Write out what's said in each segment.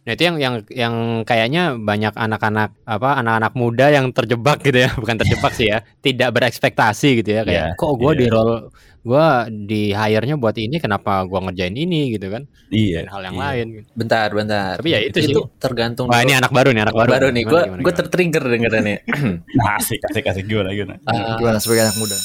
Nah itu yang kayaknya banyak anak-anak muda yang terjebak gitu ya, bukan terjebak sih ya, tidak berekspektasi gitu ya, kayak kok gue di hire-nya buat ini, kenapa gue ngerjain ini gitu kan, dan hal yang lain. Bentar. Tapi ya itu sih. Tergantung. Wah ini anak baru nih. Nih, gue tertrigger dengerannya. Nah, asik gimana? Gimana sebagai anak muda?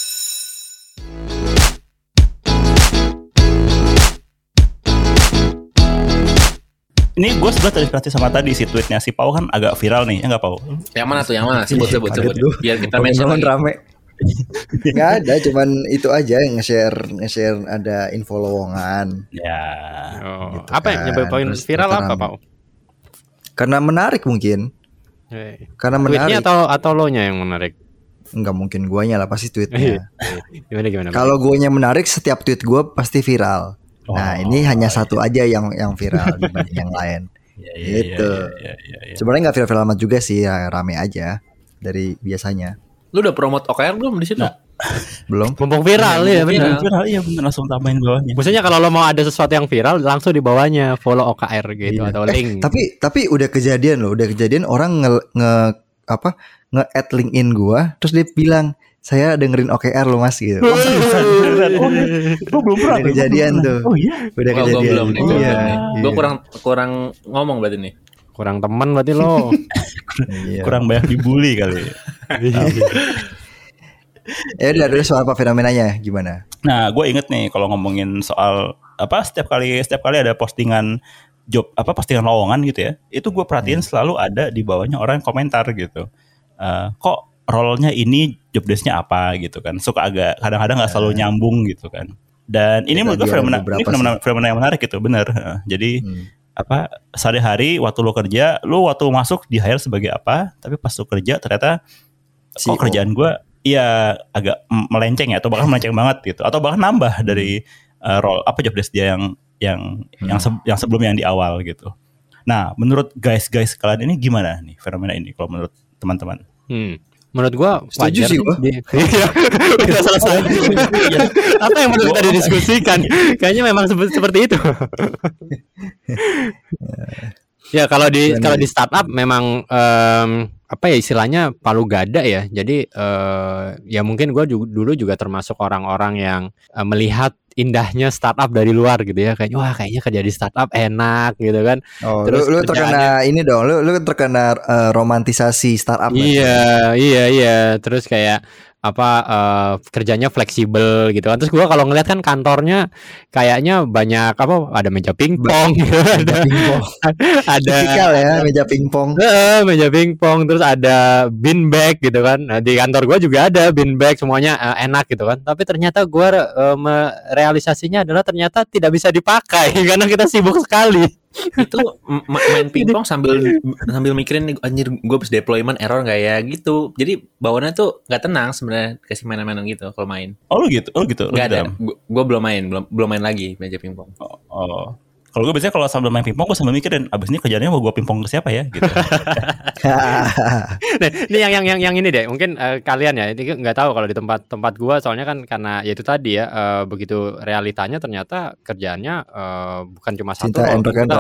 Ini gue sebelah terinspirasi sama tadi si tweetnya si Pau kan agak viral nih, ya nggak Pau? Yang mana tuh? Sebut. Biar kita mention rame. Nggak ada, cuman itu aja yang nge-share ada info lowongan. Ya. Gitu apa yang nyebabin viral apa Pau? Karena menarik mungkin. Karena menarik. Tweetnya atau lo nya yang menarik? Enggak mungkin guanya lah, pasti tweetnya. Gimana? Kalau guanya menarik, setiap tweet gua pasti viral. Nah ini hanya satu aja yang viral dibanding yang lain. Gitu. Sebenarnya nggak viral amat juga sih, ya rame aja dari biasanya. Lu udah promote OKR belum di situ? Belum. Mumpung viral ya benar. Viral iya benar, langsung tambahin bawahnya. Maksudnya kalau lo mau ada sesuatu yang viral, langsung di bawahnya follow OKR gitu atau link. Tapi udah kejadian orang nge-add LinkedIn gua, terus dia bilang, saya dengerin OKR lo mas gitu. Gue belum pernah. Udah kejadian tuh. Oh iya. Udah kejadian. Gue kurang ngomong berarti nih. Kurang teman berarti lo. Kurang banyak dibully kali. Ya udah, soal apa fenomenanya gimana? Nah, gue inget nih kalau ngomongin soal setiap kali ada postingan job postingan lowongan gitu ya, itu gue perhatiin selalu ada di bawahnya orang yang komentar gitu. Kok role-nya ini job desk-nya apa gitu kan. Suka agak kadang-kadang enggak selalu nyambung gitu kan. Dan ini menurut gue fenomena yang menarik gitu, benar. Jadi sehari-hari waktu lo kerja, lo waktu masuk di hire sebagai apa, tapi pas lo kerja ternyata kok kerjaan gue agak melenceng ya, atau bahkan melenceng banget gitu, atau bahkan nambah dari role job desk dia yang sebelumnya yang di awal gitu. Nah, menurut guys kalian ini gimana nih fenomena ini kalau menurut teman-teman? Menurut gua setuju wajar sih gua. Udah selesai. Apa yang perlu kita didiskusikan? Kayaknya memang seperti itu. Ya kalau di startup memang istilahnya palu gada ya. Jadi ya mungkin gue dulu juga termasuk orang-orang yang melihat indahnya startup dari luar gitu ya, kayak wah kayaknya kerja di startup enak gitu kan. Terus lu terkena ini dong, lu terkena romantisasi startup. Iya. Terus kayak kerjanya fleksibel gitu kan. Terus gue kalau ngeliat kan kantornya kayaknya banyak ada meja pingpong gitu. Ada tipikal ya meja pingpong. Meja pingpong, terus ada bean bag gitu kan. Nah, di kantor gue juga ada bean bag, semuanya enak gitu kan. Tapi ternyata gue realisasinya adalah ternyata tidak bisa dipakai karena kita sibuk sekali. Itu main pingpong sambil mikirin anjir gue habis deployment error nggak ya gitu. Jadi bawaannya tuh nggak tenang sebenarnya, kasih mainan-mainan gitu kalau main. Oh gitu. Nggak ada. Gue belum main lagi meja pingpong. Oh. Kalau gue biasanya kalau sambil main pingpong gue sambil mikirin abis ini kerjanya mau gue pingpong ke siapa ya gitu. Nah, ini yang ini deh, mungkin kalian ya, ini nggak tahu kalau di tempat gue, soalnya kan karena ya itu tadi ya, begitu realitanya ternyata kerjaannya bukan cuma satu role,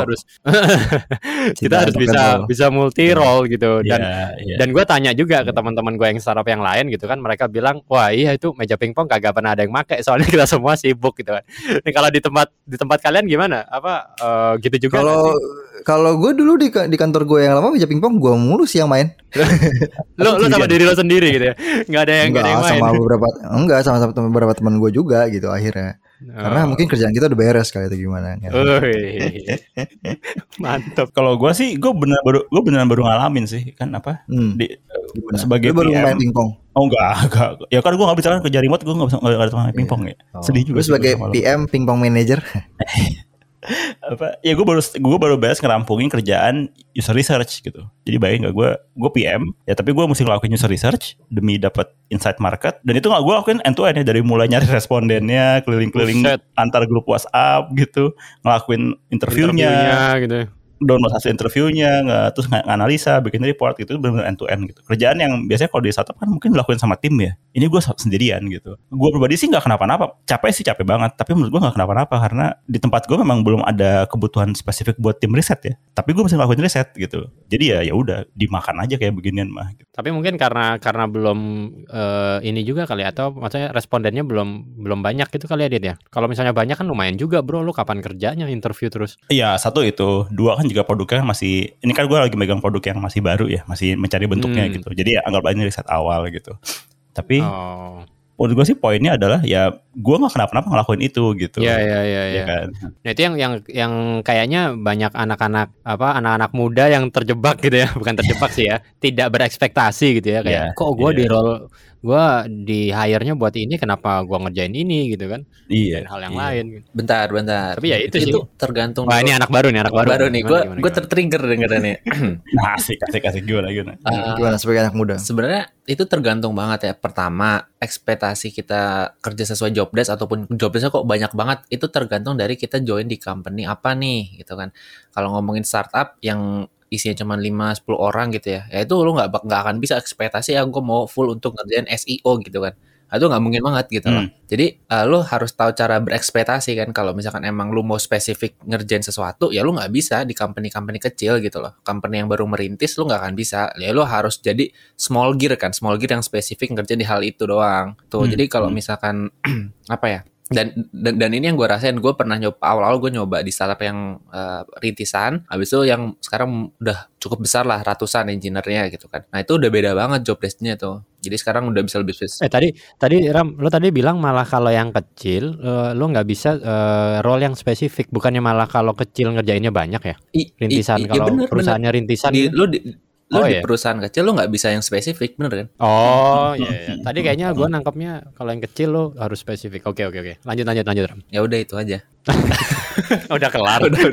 kita harus bisa multi role gitu. Dan gue tanya juga ke teman-teman gue yang startup yang lain gitu kan, mereka bilang wah iya itu meja pingpong kagak pernah ada yang make, soalnya kita semua sibuk gitu kan. Nih kalau di tempat kalian gimana? Gitu juga. Kalau gue dulu di kantor gue yang lama meja pingpong gue mulu sih yang main. Lo sama diri lo sendiri gitu ya? Nggak ada yang main. Sama beberapa teman gue juga gitu akhirnya. Karena mungkin kerjaan kita udah beres kali itu gimana. Mantap. Kalau gue sih gue beneran baru ngalamin sih kan sebagai lu baru PM. main pingpong. Oh enggak. Ya kan gue nggak bisa kan kerja remote, gue nggak ada main pingpong ya. Sedih juga. Gue sebagai PM pingpong manager. Ya gue baru beres ngerampungin kerjaan user research gitu. Jadi bayangin nggak gue PM ya, tapi gue mesti ngelakuin user research demi dapat insight market, dan itu nggak gue lakuin end to end ya, dari mulai nyari respondennya, keliling-keliling antar grup WhatsApp gitu, ngelakuin interviewnya gitu. download hasil interviewnya, terus analisa, bikin report gitu, benar-benar end to end gitu. Kerjaan yang biasanya kalau di startup kan mungkin dilakuin sama tim ya. Ini gue sendirian gitu. Gue pribadi sih nggak kenapa-napa. Capek sih capek banget, tapi menurut gue nggak kenapa-napa karena di tempat gue memang belum ada kebutuhan spesifik buat tim riset ya. Tapi gue masih ngelakuin riset gitu. Jadi ya udah dimakan aja kayak beginian mah. Gitu. Tapi mungkin karena belum ini juga kali atau maksudnya respondennya belum banyak gitu kali ya Dit ya. Kalau misalnya banyak kan lumayan juga bro, lu kapan kerjanya interview terus? Iya, satu itu, dua kan juga produknya masih, ini kan gue lagi megang produk yang masih baru ya, masih mencari bentuknya gitu. Jadi ya anggap aja riset awal gitu. Tapi menurut gue sih poinnya adalah ya gue nggak kenapa-napa ngelakuin itu gitu. Iya. Kan? Nah itu yang kayaknya banyak anak-anak muda yang terjebak gitu ya, bukan terjebak sih ya, tidak berekspektasi gitu ya kayak kok gue di role gue di hire-nya buat ini, kenapa gue ngerjain ini gitu kan? Iya. Hal yang lain. Bentar. Tapi ya itu sih. Tergantung. Wah ini anak baru nih. Gue tertrigger dengerannya. Nah, asik gimana? Gimana sebagai anak muda? Sebenarnya itu tergantung banget ya. Pertama, ekspektasi kita kerja sesuai job desk ataupun job desk-nya kok banyak banget. Itu tergantung dari kita join di company apa nih gitu kan. Kalau ngomongin startup yang isinya cuma 5-10 orang gitu ya itu lo nggak akan bisa ekspektasi gue mau full untuk ngerjain SEO gitu kan. Itu nggak mungkin banget gitu loh. Jadi lo harus tahu cara berekspektasi kan. Kalau misalkan emang lo mau spesifik ngerjain sesuatu ya lo nggak bisa di company kecil gitu loh. Company yang baru merintis lo nggak akan bisa. Ya lo harus jadi small gear yang spesifik ngerjain di hal itu doang tuh. Jadi kalau misalkan apa ya, dan ini yang gue rasain, gue pernah nyoba awal-awal gue nyoba di startup yang rintisan, habis itu yang sekarang udah cukup besar lah, ratusan engineer-nya gitu kan. Nah itu udah beda banget job desk-nya tuh. Jadi sekarang udah bisa lebih spesifik. Tadi Ram, lo tadi bilang malah kalau yang kecil lo nggak bisa role yang spesifik, bukannya malah kalau kecil ngerjainnya banyak ya? Rintisan kalau bener, perusahaannya rintisan. Di perusahaan kecil lo nggak bisa yang spesifik, bener kan? Oh iya. Tadi kayaknya gue nangkepnya kalau yang kecil lo harus spesifik. Oke. Lanjut Ram. Ya udah itu aja. Udah kelar. Udah.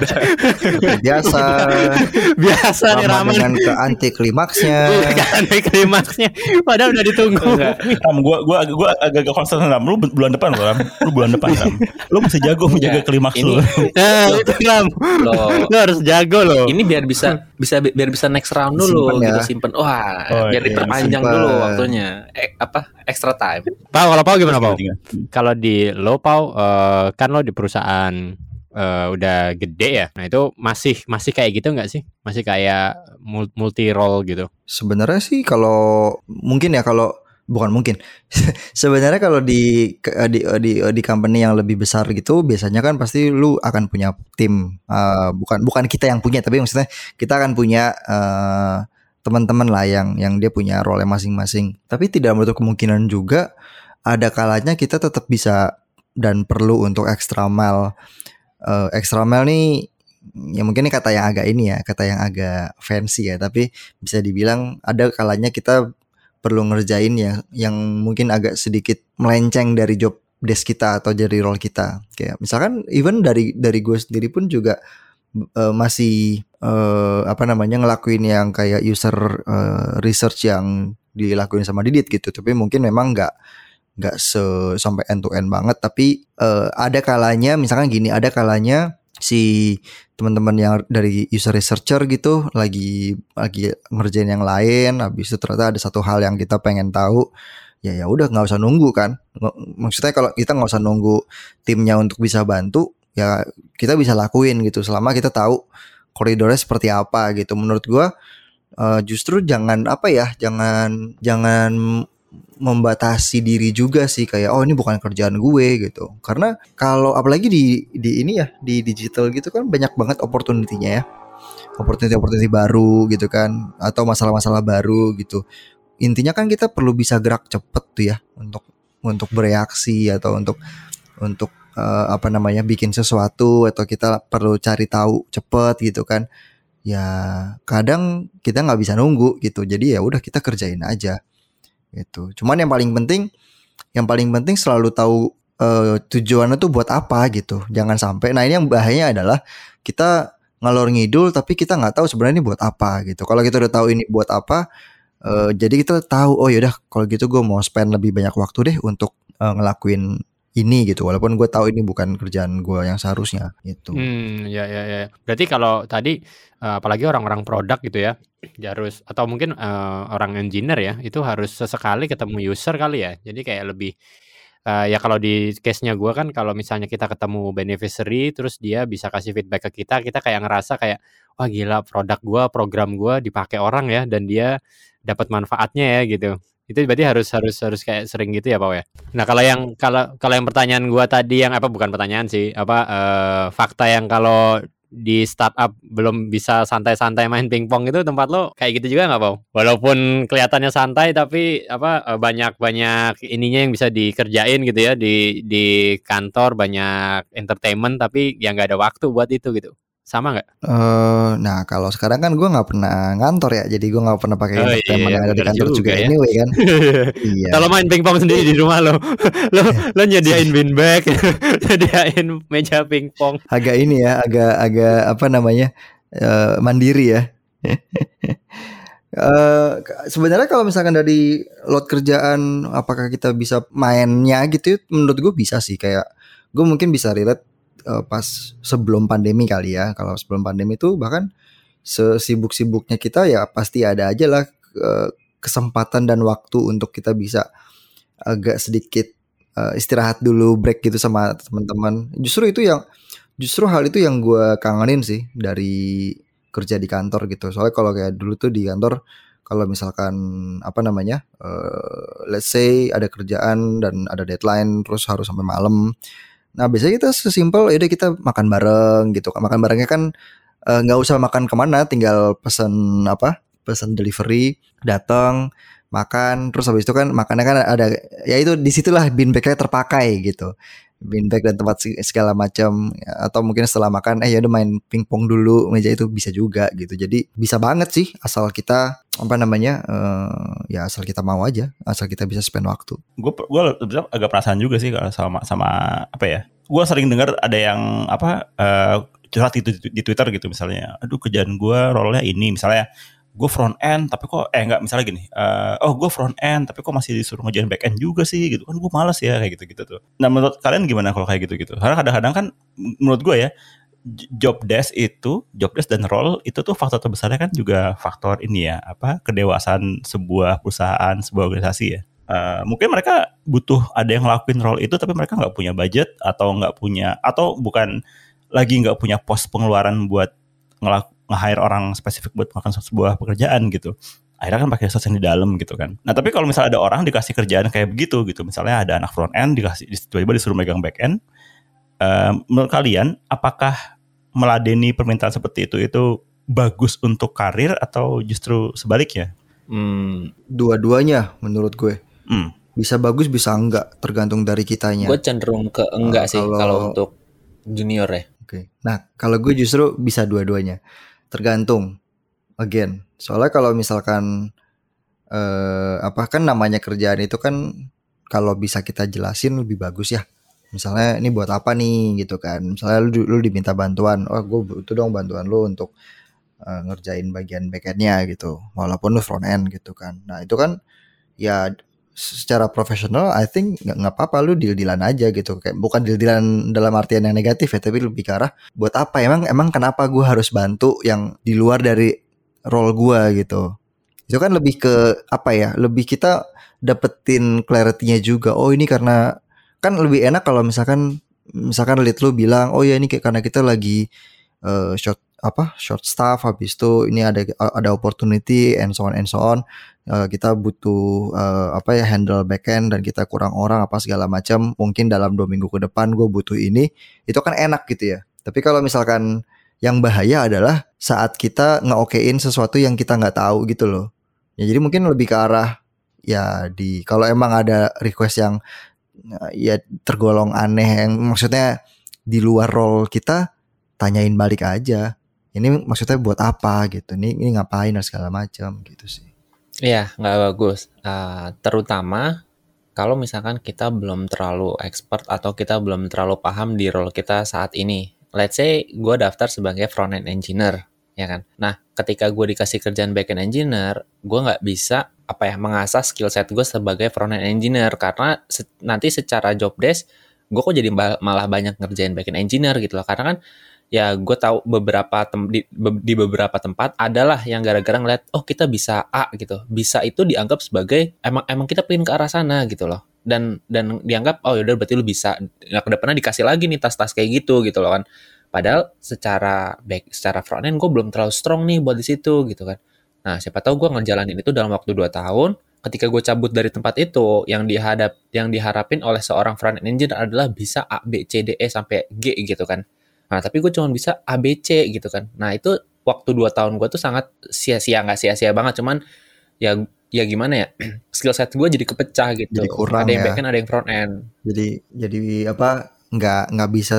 Biasa nih Raman. Dengan ke anti klimaksnya. Padahal udah ditunggu. Ram, gue agak concern Ram. Lu bulan depan Ram. Lu masih jago menjaga klimaks lu. Itu Ram. Lu harus jago lo. Ini biar bisa next round dulu gitu, simpen. Biar diperpanjang dulu waktunya. Extra time. Pau, kalau Pau gimana Pau? Kalau di lo Pau kan lo di perusahaan udah gede ya. Nah itu masih kayak gitu nggak sih? Masih kayak multi role gitu? Sebenarnya sih kalau mungkin ya, kalau bukan mungkin. Sebenarnya kalau di company yang lebih besar gitu, biasanya kan pasti lu akan punya tim. Bukan kita yang punya, tapi maksudnya kita akan punya teman-teman lah yang dia punya role masing-masing. Tapi tidak menutup kemungkinan juga ada kalanya kita tetap bisa dan perlu untuk extra mile. Extra mile nih ya mungkin ini kata yang agak fancy ya, tapi bisa dibilang ada kalanya kita perlu ngerjain yang mungkin agak sedikit melenceng dari job desk kita atau dari role kita. Kayak misalkan even dari gue sendiri pun juga masih ngelakuin yang kayak user research yang dilakuin sama Didit gitu, tapi mungkin memang nggak sampai end to end banget. Tapi ada kalanya misalkan gini, ada kalanya si teman-teman yang dari user researcher gitu lagi ngerjain yang lain, habis itu ternyata ada satu hal yang kita pengen tahu, ya udah nggak usah nunggu kan. Maksudnya kalau kita nggak usah nunggu timnya untuk bisa bantu, ya kita bisa lakuin gitu selama kita tahu koridornya seperti apa gitu. Menurut gua justru jangan membatasi diri juga sih, kayak ini bukan kerjaan gue gitu. Karena kalau apalagi di ini ya, di digital gitu kan banyak banget opportunity-nya ya. Opportunity baru gitu kan, atau masalah-masalah baru gitu. Intinya kan kita perlu bisa gerak cepet tuh ya untuk bereaksi atau untuk bikin sesuatu, atau kita perlu cari tahu cepet gitu kan. Ya kadang kita nggak bisa nunggu gitu. Jadi ya udah kita kerjain aja. Gitu. Cuman yang paling penting selalu tahu tujuannya tuh buat apa gitu. Jangan sampai, nah ini yang bahayanya adalah kita ngalor ngidul tapi kita nggak tahu sebenarnya ini buat apa gitu. Kalau kita udah tahu ini buat apa, jadi kita tahu yaudah kalau gitu gue mau spend lebih banyak waktu deh untuk ngelakuin ini gitu, walaupun gue tahu ini bukan kerjaan gue yang seharusnya gitu. Ya. Berarti kalau tadi apalagi orang-orang produk gitu ya, harus atau mungkin orang engineer ya, itu harus sesekali ketemu user kali ya. Jadi kayak lebih ya kalau di case-nya gue kan kalau misalnya kita ketemu beneficiary terus dia bisa kasih feedback ke kita kayak ngerasa kayak wah gila produk gue, program gue dipakai orang ya dan dia dapat manfaatnya ya gitu. Itu berarti harus kayak sering gitu ya Pak ya. Nah, kalau yang pertanyaan gua tadi yang apa bukan pertanyaan sih, fakta yang kalau di startup belum bisa santai-santai main pingpong itu tempat lo kayak gitu juga nggak Pak? Walaupun kelihatannya santai tapi banyak ininya yang bisa dikerjain gitu ya di kantor banyak entertainment tapi ya nggak ada waktu buat itu gitu. Sama nggak? Nah kalau sekarang kan gue nggak pernah ngantor ya, jadi gue nggak pernah pakai entertainment yang ada di kantor juga ya. anyway kan. Iya. Kalau main pingpong sendiri di rumah lo nyediain beanbag, nyediain meja pingpong. Agak ini ya, agak apa namanya mandiri ya. Sebenarnya kalau misalkan dari load kerjaan, apakah kita bisa mainnya gitu? Menurut gue bisa sih, kayak gue mungkin bisa relate. Pas sebelum pandemi kali ya. Kalau sebelum pandemi itu bahkan sesibuk-sibuknya kita ya pasti ada aja lah kesempatan dan waktu untuk kita bisa agak sedikit istirahat dulu, break gitu sama teman-teman. Justru hal itu yang gue kangenin sih dari kerja di kantor gitu. Soalnya kalau kayak dulu tuh di kantor kalau misalkan let's say ada kerjaan dan ada deadline terus harus sampai malam. Nah biasanya kita sesimpel yaudah kita makan bareng gitu. Makan barengnya kan nggak usah makan kemana, tinggal pesan delivery, datang makan, terus habis itu kan makannya kan ada ya itu disitulah beanbagnya terpakai gitu, beanbag dan tempat segala macam. Atau mungkin setelah makan ya udah main pingpong dulu meja itu bisa juga gitu. Jadi bisa banget sih asal kita ya asal kita mau aja, asal kita bisa spend waktu. Gue agak perasaan juga sih kalau sama apa ya. Gue sering dengar ada yang curhat di Twitter gitu misalnya. Aduh kerjaan gue role-nya ini misalnya gue front end tapi kok misalnya gini. Gue front end tapi kok masih disuruh ngerjain back end juga sih gitu kan, gue malas ya kayak gitu tuh. Nah menurut kalian gimana kalau kayak gitu? Karena kadang-kadang kan menurut gue ya job desk dan role itu tuh faktor terbesarnya kan juga faktor ini ya kedewasaan sebuah perusahaan, sebuah organisasi ya. Mungkin mereka butuh ada yang ngelakuin role itu tapi mereka nggak punya budget atau nggak punya pos pengeluaran buat nge-hire orang spesifik buat melakukan sebuah pekerjaan gitu. Akhirnya kan pakai resource yang di dalam gitu kan. Nah tapi kalau misalnya ada orang dikasih kerjaan kayak begitu gitu, misalnya ada anak front end tiba-tiba disuruh megang back end. Menurut kalian apakah meladeni permintaan seperti itu bagus untuk karir atau justru sebaliknya? Dua-duanya menurut gue. Bisa bagus bisa enggak, tergantung dari kitanya. Gue cenderung ke enggak sih kalau untuk junior ya. Oke. Nah kalau gue justru bisa dua-duanya, tergantung. Again, soalnya kalau misalkan kan namanya kerjaan itu kan kalau bisa kita jelasin lebih bagus ya. Misalnya ini buat apa nih gitu kan. Misalnya lu diminta bantuan, gue butuh dong bantuan lu untuk ngerjain bagian backendnya gitu. Walaupun lu front end gitu kan. Nah itu kan ya secara profesional I think nggak apa-apa, lu deal-dealan aja gitu. Kayak bukan deal-dealan dalam artian yang negatif ya, tapi lebih ke arah buat apa emang kenapa gue harus bantu yang di luar dari role gue gitu. Itu kan lebih ke lebih kita dapetin clarity-nya juga. Oh ini karena kan lebih enak kalau misalkan lead lu bilang oh ya ini karena kita lagi short staff, habis itu ini ada opportunity and so on. Kita butuh handle backend dan kita kurang orang segala macam, mungkin dalam 2 minggu ke depan gue butuh ini. Itu kan enak gitu ya. Tapi kalau misalkan yang bahaya adalah saat kita nge-okein sesuatu yang kita nggak tahu gitu loh. Ya jadi mungkin lebih ke arah ya kalau emang ada request yang ya tergolong aneh, yang maksudnya di luar role kita, tanyain balik aja. Ini maksudnya buat apa gitu? Ini ngapain dan segala macam gitu sih. Iya, nggak bagus. Terutama kalau misalkan kita belum terlalu expert atau kita belum terlalu paham di role kita saat ini. Let's say gue daftar sebagai front-end engineer, ya kan? Nah, ketika gue dikasih kerjaan back-end engineer, gue nggak bisa mengasah skill set gue sebagai front-end engineer karena nanti secara job desk gue kok jadi malah banyak ngerjain backend engineer gitu loh. Karena kan ya gue tahu di beberapa tempat adalah yang gara-gara ngeliat oh kita bisa A gitu, bisa itu dianggap sebagai emang kita pengen ke arah sana gitu loh, dan dianggap oh yaudah berarti lu bisa. Nah kedepannya dikasih lagi nih tas-tas kayak gitu loh kan, padahal secara front end gue belum terlalu strong nih buat di situ gitu kan. Nah siapa tahu gue ngejalanin itu dalam waktu 2 tahun. Ketika gue cabut dari tempat itu, yang diharapin oleh seorang front end engineer adalah bisa A, B, C, D, E sampai G gitu kan. Nah, tapi gue cuma bisa ABC gitu kan. Nah, itu waktu 2 tahun gue tuh sangat sia-sia, nggak sia-sia banget. Cuman ya gimana ya, skill set gue jadi kepecah gitu. Jadi kurang ada yang ya. back end, ada yang front end. Jadi apa, nggak bisa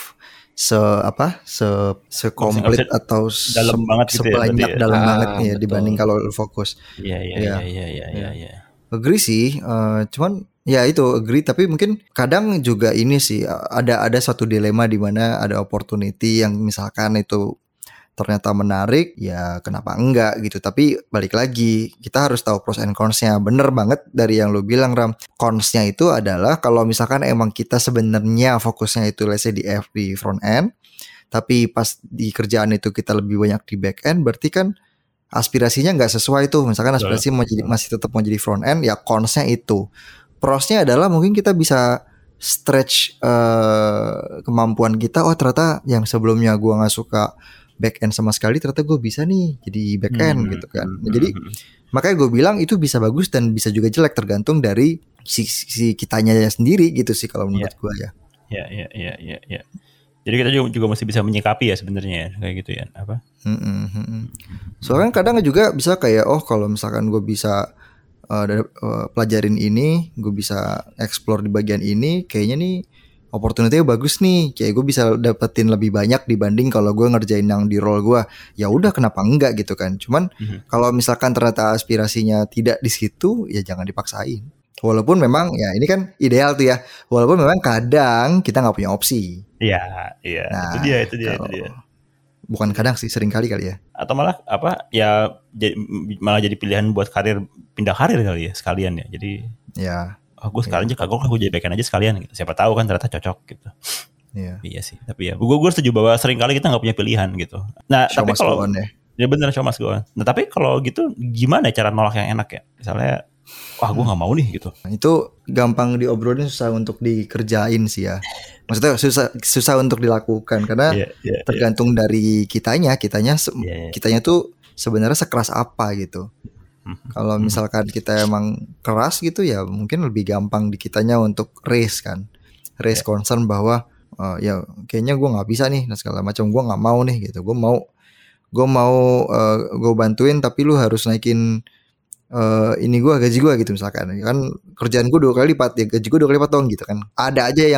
komplit atau dalam banget gitu sebanyak ya, dalam banget ya betul. Dibanding kalau lu fokus. Iya. Agree sih, cuman ya itu agree, tapi mungkin kadang juga ini sih ada suatu dilema di mana ada opportunity yang misalkan itu ternyata menarik, ya kenapa enggak gitu. Tapi balik lagi kita harus tahu pros and cons-nya. Bener banget dari yang lu bilang Ram. Cons-nya itu adalah kalau misalkan emang kita sebenarnya fokusnya itu let's say di front end, tapi pas di kerjaan itu kita lebih banyak di back end, berarti kan aspirasinya nggak sesuai tuh. Misalkan aspirasi masih tetap mau jadi front end, ya cons-nya itu. Prosnya adalah mungkin kita bisa stretch kemampuan kita. Oh ternyata yang sebelumnya gue nggak suka back end sama sekali, ternyata gue bisa nih jadi back end gitu kan. Nah, jadi makanya gue bilang itu bisa bagus dan bisa juga jelek, tergantung dari si kitanya sendiri gitu sih kalau menurut gue ya. Ya. Jadi kita juga masih bisa menyikapi ya sebenarnya kayak gitu ya apa? Soalnya kadang juga bisa kayak kalau misalkan gue bisa pelajarin ini, gue bisa explore di bagian ini, kayaknya nih opportunity-nya bagus nih, kayak gue bisa dapetin lebih banyak dibanding kalau gue ngerjain yang di role gue. Ya udah kenapa enggak gitu kan. Cuman kalau misalkan ternyata aspirasinya tidak di situ, ya jangan dipaksain. Walaupun memang ya ini kan ideal tuh ya. Walaupun memang kadang kita nggak punya opsi. Iya. Nah, itu dia. Bukan kadang sih, sering kali ya. Atau malah malah jadi pilihan buat pindah karir kali ya sekalian ya. Jadi ya. Gue sekalian aja kagok, gue jadi back end aja sekalian gitu. Siapa tahu kan ternyata cocok gitu. Iya sih. Tapi ya gue setuju bahwa sering kali kita nggak punya pilihan gitu. Nah show tapi kalau ya bener show must go on. Nah tapi kalau gitu gimana cara nolak yang enak ya? Misalnya gue nggak mau nih gitu. Nah, itu gampang diobrolin, susah untuk dikerjain sih ya. Maksudnya susah untuk dilakukan karena tergantung dari kitanya tuh sebenarnya sekeras apa gitu. Kalau misalkan kita emang keras gitu ya mungkin lebih gampang di kitanya untuk raise concern bahwa ya kayaknya gue nggak bisa nih dan segala macam, gue nggak mau nih gitu. Gue mau gue bantuin tapi lu harus naikin ini gaji gue gitu misalkan kan, kerjaan gue 2 kali lipat ya, gaji gue 2 kali lipat dong gitu kan. Ada aja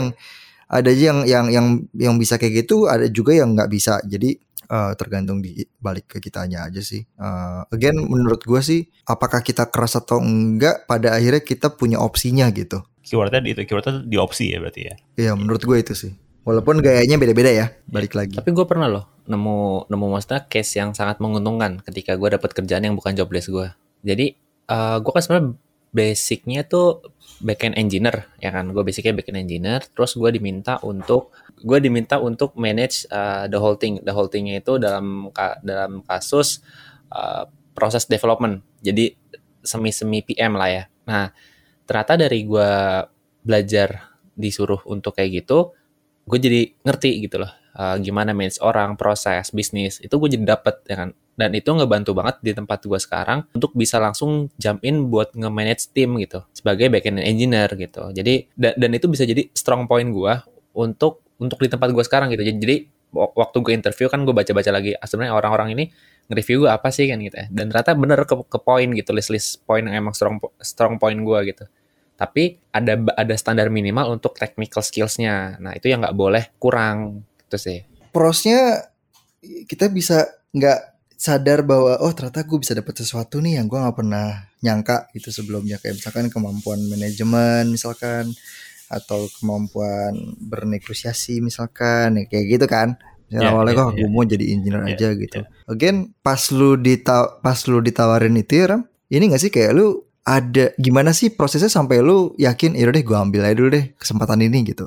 yang bisa kayak gitu, ada juga yang nggak bisa. Jadi tergantung di balik ke kitanya aja sih. Again menurut gue sih, apakah kita keras atau enggak, pada akhirnya kita punya opsinya gitu. Keywordnya di opsi ya berarti ya. Iya menurut gue itu sih. Walaupun gayanya beda-beda ya, balik lagi. Tapi gue pernah loh nemu maksudnya case yang sangat menguntungkan ketika gue dapet kerjaan yang bukan jobless gue. Jadi gue kan sebenarnya basicnya tuh backend engineer ya kan. Gue basicnya backend engineer. Terus gue diminta untuk manage the whole thingnya itu dalam kasus proses development. Jadi semi PM lah ya. Nah ternyata dari gue belajar disuruh untuk kayak gitu, gue jadi ngerti gitu loh gimana manage orang, proses, bisnis. Itu gue jadi dapet ya kan. Dan itu ngebantu banget di tempat gue sekarang untuk bisa langsung jump in buat nge-manage tim gitu sebagai backend engineer gitu. Jadi dan itu bisa jadi strong point gue untuk di tempat gue sekarang gitu. Jadi waktu gue interview kan gue baca-baca lagi sebenarnya orang-orang ini nge-review gue apa sih kan gitu ya. Dan ternyata bener ke point gitu, list point yang emang strong point gue gitu. Tapi ada standar minimal untuk technical skills-nya. Nah itu yang nggak boleh kurang gitu sih. Prosnya kita bisa nggak sadar bahwa ternyata gue bisa dapat sesuatu nih yang gue nggak pernah nyangka gitu sebelumnya, kayak misalkan kemampuan manajemen misalkan, atau kemampuan bernegosiasi misalkan, ya kayak gitu kan. Awalnya gue mau jadi engineer aja gitu. Again pas lu ditawarin itu ya Ram, ini nggak sih kayak lu ada gimana sih prosesnya sampai lu yakin ya udah deh gue ambil aja dulu deh kesempatan ini gitu.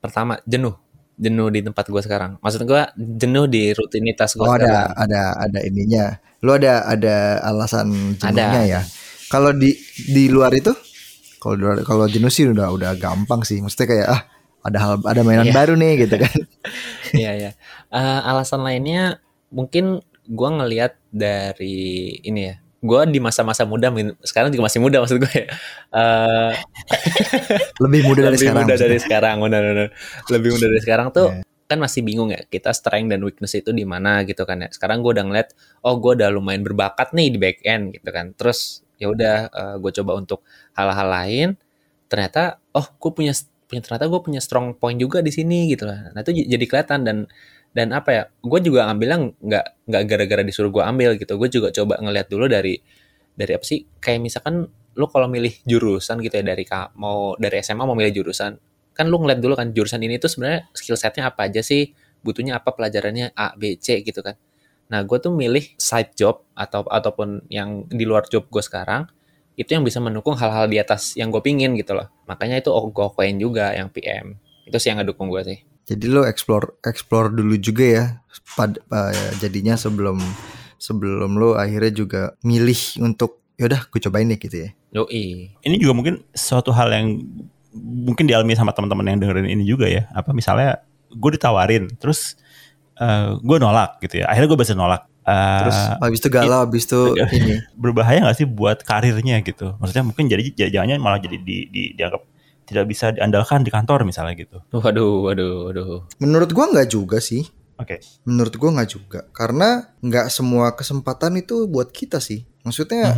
Pertama, jenuh di tempat gue sekarang. Maksud gue jenuh di rutinitas gue sekarang. sekarang. Ada ininya. Lu ada alasan jenuhnya ya. Ada. Kalau di luar itu, kalau jenuh sih udah gampang sih. Maksudnya kayak ada mainan baru nih gitu kan. Iya. Alasan lainnya mungkin gue ngelihat dari ini ya. Gue di masa-masa muda, sekarang juga masih muda maksud gue ya. Lebih muda dari sekarang. Benar. Lebih muda dari sekarang tuh kan masih bingung ya. Kita strength dan weakness itu di mana gitu kan ya. Sekarang gue udah ngeliat, gue udah lumayan berbakat nih di back end gitu kan. Terus ya udah gue coba untuk hal-hal lain. Ternyata ternyata gue punya strong point juga di sini gitu lah. Nah itu jadi kelihatan dan apa ya, gue juga ngambilnya nggak gara-gara disuruh gue ambil gitu. Gue juga coba ngeliat dulu dari apa sih, kayak misalkan lu kalau milih jurusan gitu ya, mau dari SMA mau milih jurusan, kan lu ngeliat dulu kan jurusan ini tuh sebenarnya skill setnya apa aja sih, butuhnya apa, pelajarannya A, B, C gitu kan. Nah gue tuh milih side job ataupun yang di luar job gue sekarang, itu yang bisa mendukung hal-hal di atas yang gue pingin gitu loh. Makanya itu gue koin juga yang PM. Itu sih yang ngedukung gue sih. Jadi lo explore dulu juga ya, jadinya sebelum lo akhirnya juga milih untuk yaudah gue cobain nih gitu ya. Yoi. Ini juga mungkin suatu hal yang mungkin dialami sama teman-teman yang dengerin ini juga ya. Apa misalnya gue ditawarin, terus gue nolak gitu ya. Akhirnya gue bisa nolak. Terus habis itu galau, habis itu ini. Berbahaya gak sih buat karirnya gitu? Maksudnya mungkin jadi jangan malah jadi dianggap tidak bisa diandalkan di kantor misalnya gitu. Waduh. Menurut gua nggak juga sih. Oke. Menurut gua nggak juga, karena nggak semua kesempatan itu buat kita sih. Maksudnya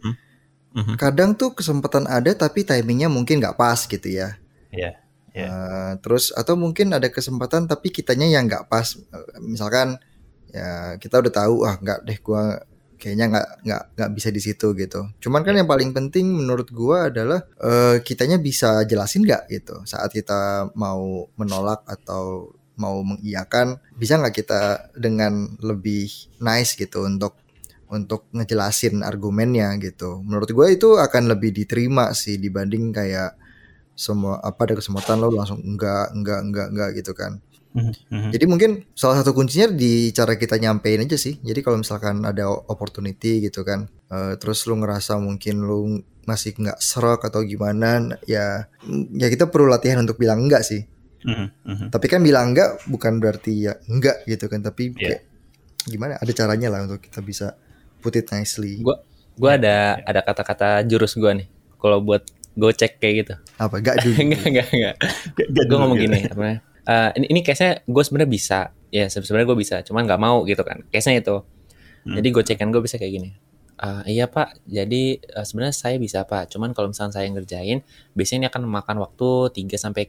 kadang tuh kesempatan ada tapi timingnya mungkin nggak pas gitu ya. Iya. Terus atau mungkin ada kesempatan tapi kitanya yang nggak pas. Misalkan ya kita udah tahu nggak deh gua kayaknya nggak bisa di situ gitu. Cuman kan yang paling penting menurut gua adalah kitanya bisa jelasin nggak gitu saat kita mau menolak atau mau mengiyakan, bisa nggak kita dengan lebih nice gitu untuk ngejelasin argumennya gitu. Menurut gua itu akan lebih diterima sih dibanding kayak semua ada kesempatan lo langsung enggak gitu kan. Jadi mungkin salah satu kuncinya di cara kita nyampein aja sih. Jadi kalau misalkan ada opportunity gitu kan, terus lu ngerasa mungkin lu masih nggak serak atau gimana, ya kita perlu latihan untuk bilang enggak sih. Tapi kan bilang enggak bukan berarti ya enggak gitu kan, tapi kayak gimana? Ada caranya lah untuk kita bisa put it nicely. Gua ada kata-kata jurus gua nih. Kalau buat gocek kayak gitu. Apa? Enggak dulu. Enggak. Gue ngomong gini, apa namanya? Ini case-nya gue sebenarnya bisa, ya sebenarnya gue bisa, cuman nggak mau gitu kan, case-nya itu. Jadi gocekan gue bisa kayak gini. Iya Pak, jadi sebenarnya saya bisa Pak, cuman kalau misalnya saya ngerjain, biasanya ini akan memakan waktu 2 sampai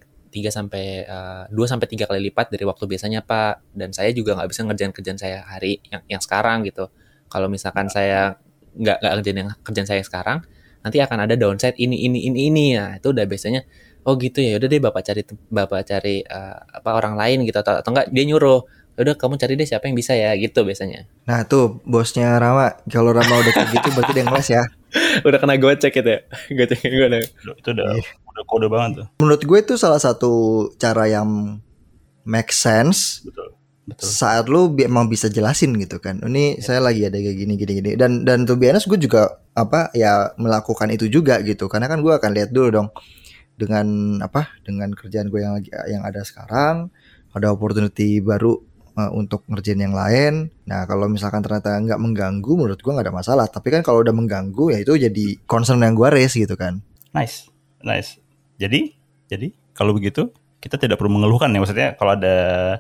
3 kali lipat dari waktu biasanya Pak, dan saya juga nggak bisa ngerjain kerjaan saya hari yang sekarang gitu. Kalau misalkan saya nggak ngerjain kerjaan saya sekarang, nanti akan ada downside ini. Nah itu udah biasanya. Oh gitu ya, udah deh bapak cari orang lain gitu atau enggak dia nyuruh, udah kamu cari deh siapa yang bisa ya gitu biasanya. Nah tuh bosnya Rama, kalau Rama udah kayak gitu berarti dia ngeles ya. Udah kena gocek gitu ya. Gocek gue deh. Itu udah kode banget tuh. Menurut gue itu salah satu cara yang make sense. Betul. Saat lu emang bisa jelasin gitu kan. Ini saya lagi ada kayak gini dan to be honest gue juga melakukan itu juga gitu. Karena kan gue akan lihat dulu dong dengan kerjaan gue yang ada sekarang, ada opportunity baru untuk ngerjain yang lain. Nah kalau misalkan ternyata nggak mengganggu, menurut gue nggak ada masalah. Tapi kan kalau udah mengganggu ya itu jadi concern yang gue raise gitu kan. Nice. Jadi kalau begitu kita tidak perlu mengeluhkan ya, maksudnya kalau ada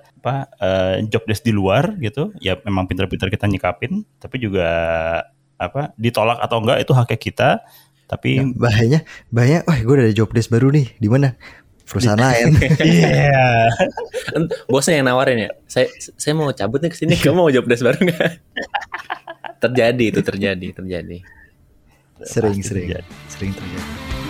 job desk di luar gitu ya, memang pintar-pintar kita nyikapin, tapi juga ditolak atau enggak itu haknya kita. Tapi bahayanya, gue udah ada job desk baru nih, di mana? Perusahaan lain. Iya. Bosnya yang nawarin ya. Saya mau cabut nih ke sini, kamu mau job desk baru nggak? Terjadi. Sering terjadi.